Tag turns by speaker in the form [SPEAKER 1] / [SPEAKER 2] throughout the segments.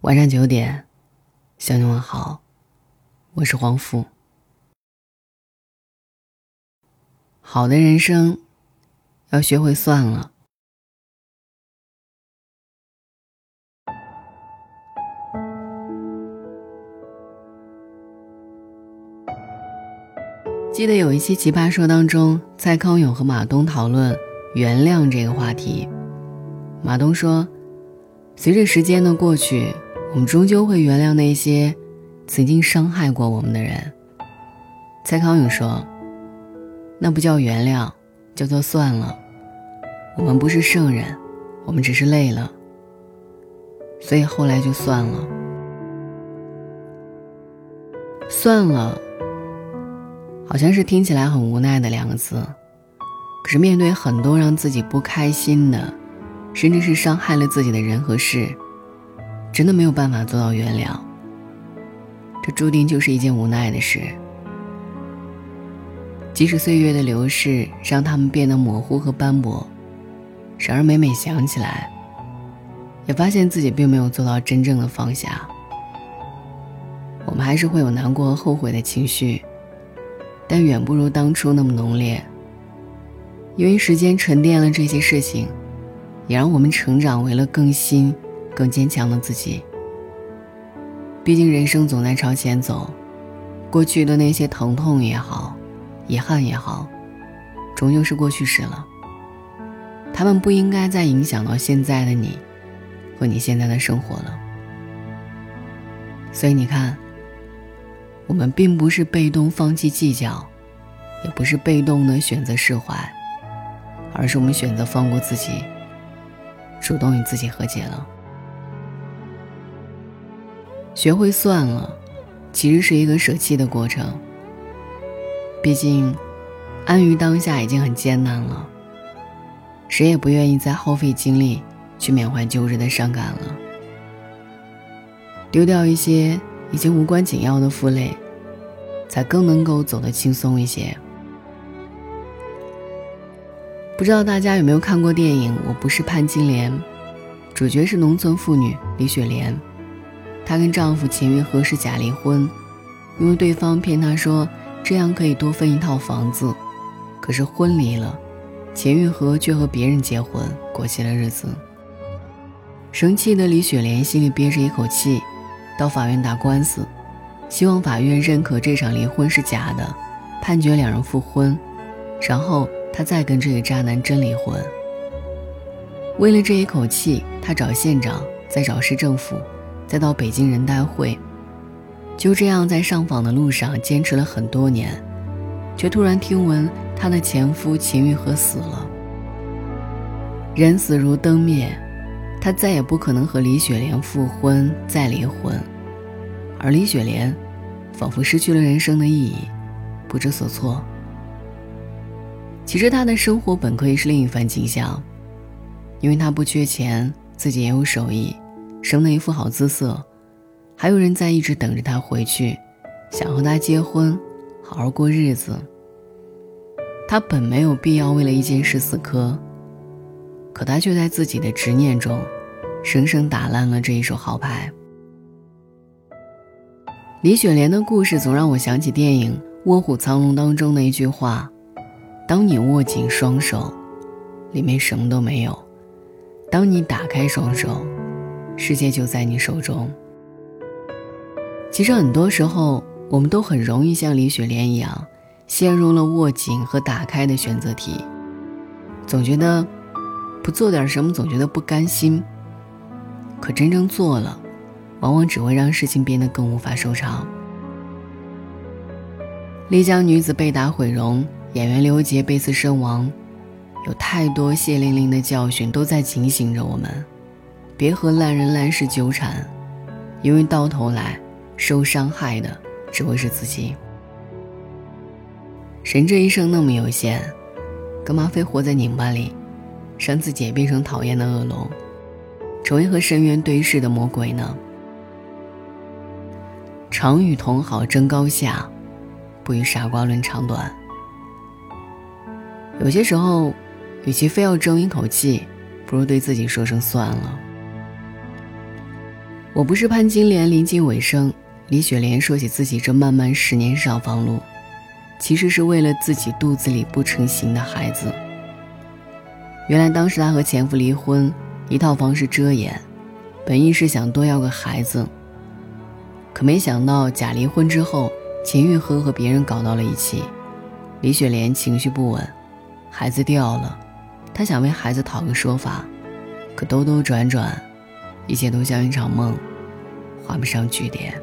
[SPEAKER 1] 晚上9点，向你问好，我是黄甫。好的人生要学会算了。记得有一期奇葩说当中，蔡康永和马东讨论原谅这个话题。马东说，随着时间的过去，我们终究会原谅那些曾经伤害过我们的人。蔡康永说，那不叫原谅，叫做算了。我们不是圣人，我们只是累了，所以后来就算了。算了，好像是听起来很无奈的2个字，可是面对很多让自己不开心的，甚至是伤害了自己的人和事，真的没有办法做到原谅，这注定就是一件无奈的事。即使岁月的流逝让他们变得模糊和斑驳，然而每每想起来，也发现自己并没有做到真正的放下。我们还是会有难过和后悔的情绪，但远不如当初那么浓烈。因为时间沉淀了这些事情，也让我们成长为了更新更坚强的自己。毕竟人生总在朝前走，过去的那些疼痛也好，遗憾也好，终究是过去式了。他们不应该再影响到现在的你和你现在的生活了。所以你看，我们并不是被动放弃计较，也不是被动的选择释怀，而是我们选择放过自己，主动与自己和解了。学会算了，其实是一个舍弃的过程。毕竟安于当下已经很艰难了，谁也不愿意再耗费精力去缅怀旧日的伤感了。丢掉一些已经无关紧要的负累，才更能够走得轻松一些。不知道大家有没有看过电影《我不是潘金莲》，主角是农村妇女李雪莲。她跟丈夫钱玉和是假离婚，因为对方骗她说这样可以多分一套房子。可是婚离了，钱玉和却和别人结婚，过起了日子。生气的李雪莲心里憋着一口气，到法院打官司，希望法院认可这场离婚是假的，判决2人复婚，然后她再跟这个渣男真离婚。为了这一口气，她找县长，再找市政府，再到北京人代会，就这样在上访的路上坚持了很多年，却突然听闻她的前夫钱玉和死了。人死如灯灭，她再也不可能和李雪莲复婚再离婚，而李雪莲仿佛失去了人生的意义，不知所措。其实她的生活本可以是另一番景象，因为她不缺钱，自己也有手艺，生了一副好姿色，还有人在一直等着她回去，想和她结婚，好好过日子。她本没有必要为了一件事死磕，可她却在自己的执念中生生打烂了这一手好牌。李雪莲的故事总让我想起电影《卧虎藏龙》当中的一句话，当你握紧双手，里面什么都没有；当你打开双手，世界就在你手中。其实很多时候，我们都很容易像李雪莲一样，陷入了握紧和打开的选择题，总觉得不做点什么总觉得不甘心，可真正做了，往往只会让事情变得更无法收场。丽江女子被打毁容，演员刘杰被刺身亡，有太多血淋淋的教训都在警醒着我们，别和烂人烂事纠缠，因为到头来受伤害的只会是自己。人这一生那么有限，干嘛非活在拧巴里，让自己也变成讨厌的恶龙，成为和深渊对视的魔鬼呢？常与同好争高下，不与傻瓜论长短。有些时候，与其非要争一口气，不如对自己说声算了。 我不是潘金莲临近尾声，李雪莲说起自己这漫漫10年上房路，其实是为了自己肚子里不成形的孩子。原来当时她和前夫离婚，一套房是遮掩，本意是想多要个孩子，可没想到假离婚之后，钱玉和别人搞到了一起，李雪莲情绪不稳，孩子掉了，她想为孩子讨个说法，可兜兜转转，一切都像一场梦，画不上句点。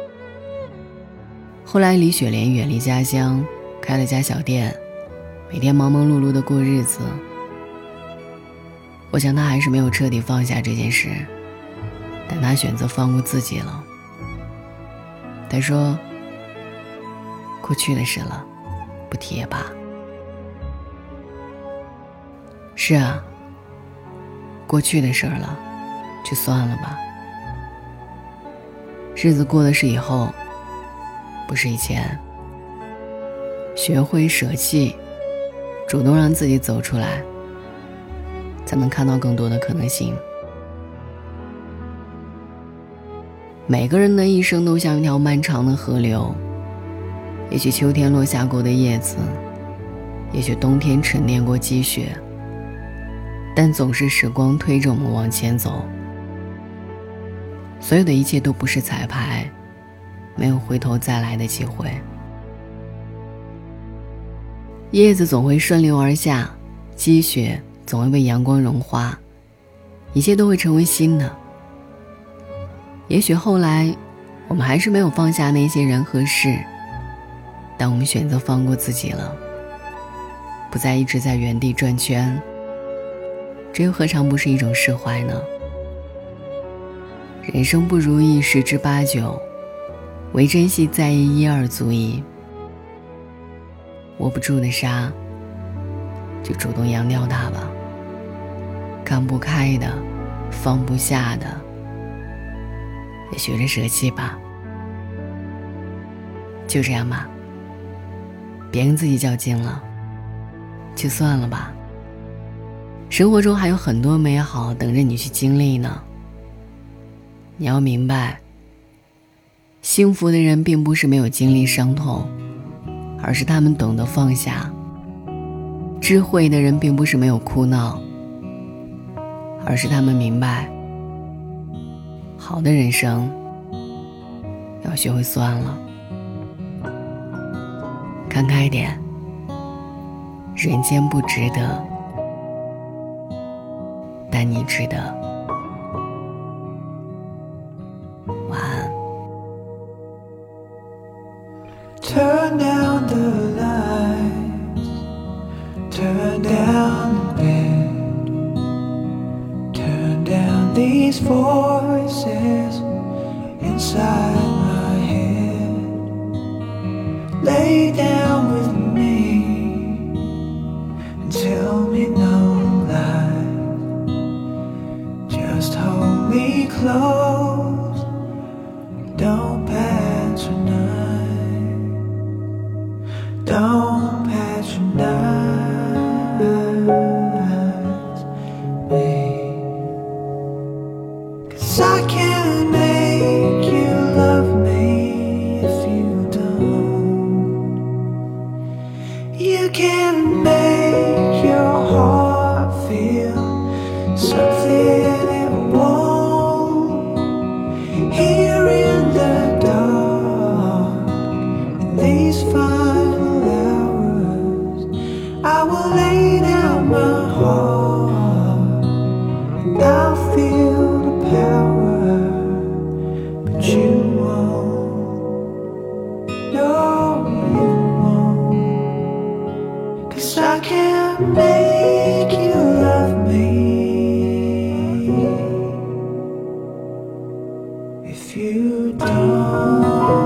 [SPEAKER 1] 后来李雪莲远离家乡，开了家小店，每天忙忙碌碌地过日子。我想她还是没有彻底放下这件事，但她选择放过自己了。她说，过去的事了，不提也罢。是啊，过去的事了，就算了吧。日子过的是以后，不是以前。学会舍弃，主动让自己走出来，才能看到更多的可能性。每个人的一生都像一条漫长的河流，也许秋天落下过的叶子，也许冬天沉淀过积雪，但总是时光推着我们往前走。所有的一切都不是彩排，没有回头再来的机会。叶子总会顺流而下，积雪总会被阳光融化，一切都会成为新的。也许后来我们还是没有放下那些人和事，但我们选择放过自己了，不再一直在原地转圈，这又何尝不是一种释怀呢？人生不如意十之八九，唯珍惜在意1、2足矣。握不住的沙，就主动扬掉它吧。看不开的，放不下的，也学着舍弃吧。就这样吧，别跟自己较劲了，就算了吧。生活中还有很多美好等着你去经历呢。你要明白，幸福的人并不是没有经历伤痛，而是他们懂得放下。智慧的人并不是没有哭闹，而是他们明白，好的人生要学会酸了。看开点，人间不值得，但你值得。晚安。
[SPEAKER 2] Turn down the lights, turn down the bed, turn down these voices inside my head. Lay down with me and tell me no lie. Just hold me close, don't patronize. Don't patronize me, 'cause I can't make you love me if you don't. You can't make your heart feel something it won't. Here in the dark, in these final hours, I will lay down my heart, and I'll feel the power, but you won't, no you won't, 'cause I can't make you love me if you don't.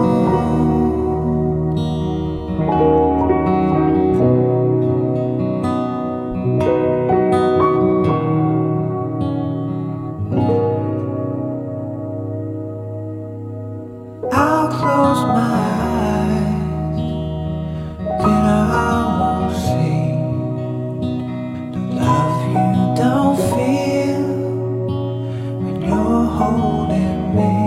[SPEAKER 2] I'll close my eyes, then I won't see the love you don't feel when you're holding me.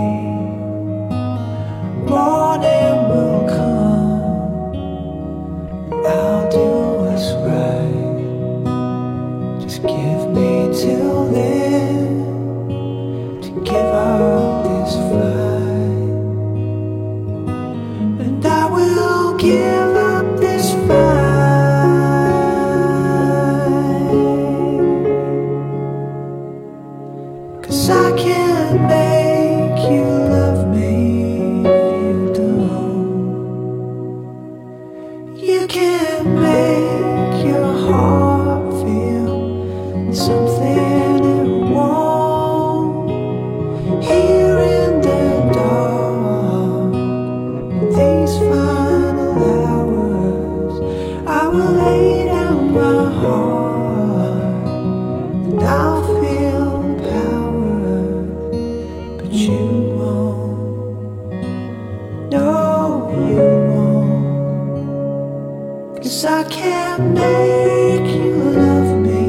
[SPEAKER 2] 'cause I can't make you love me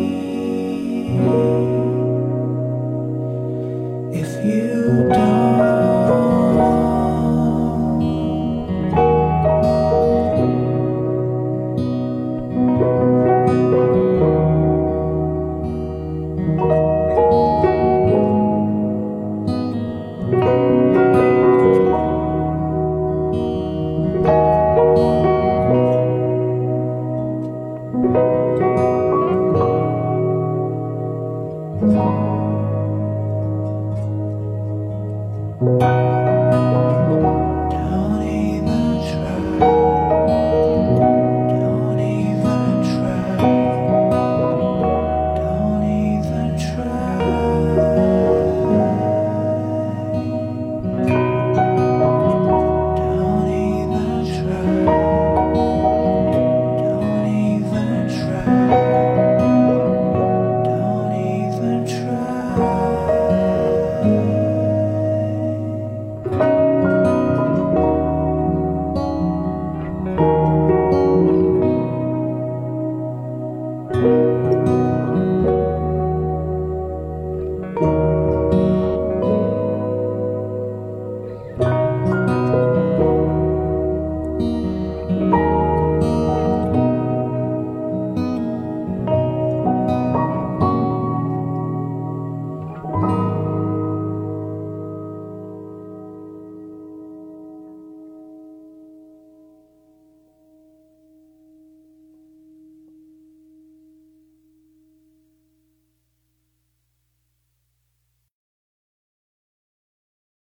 [SPEAKER 2] if you don't.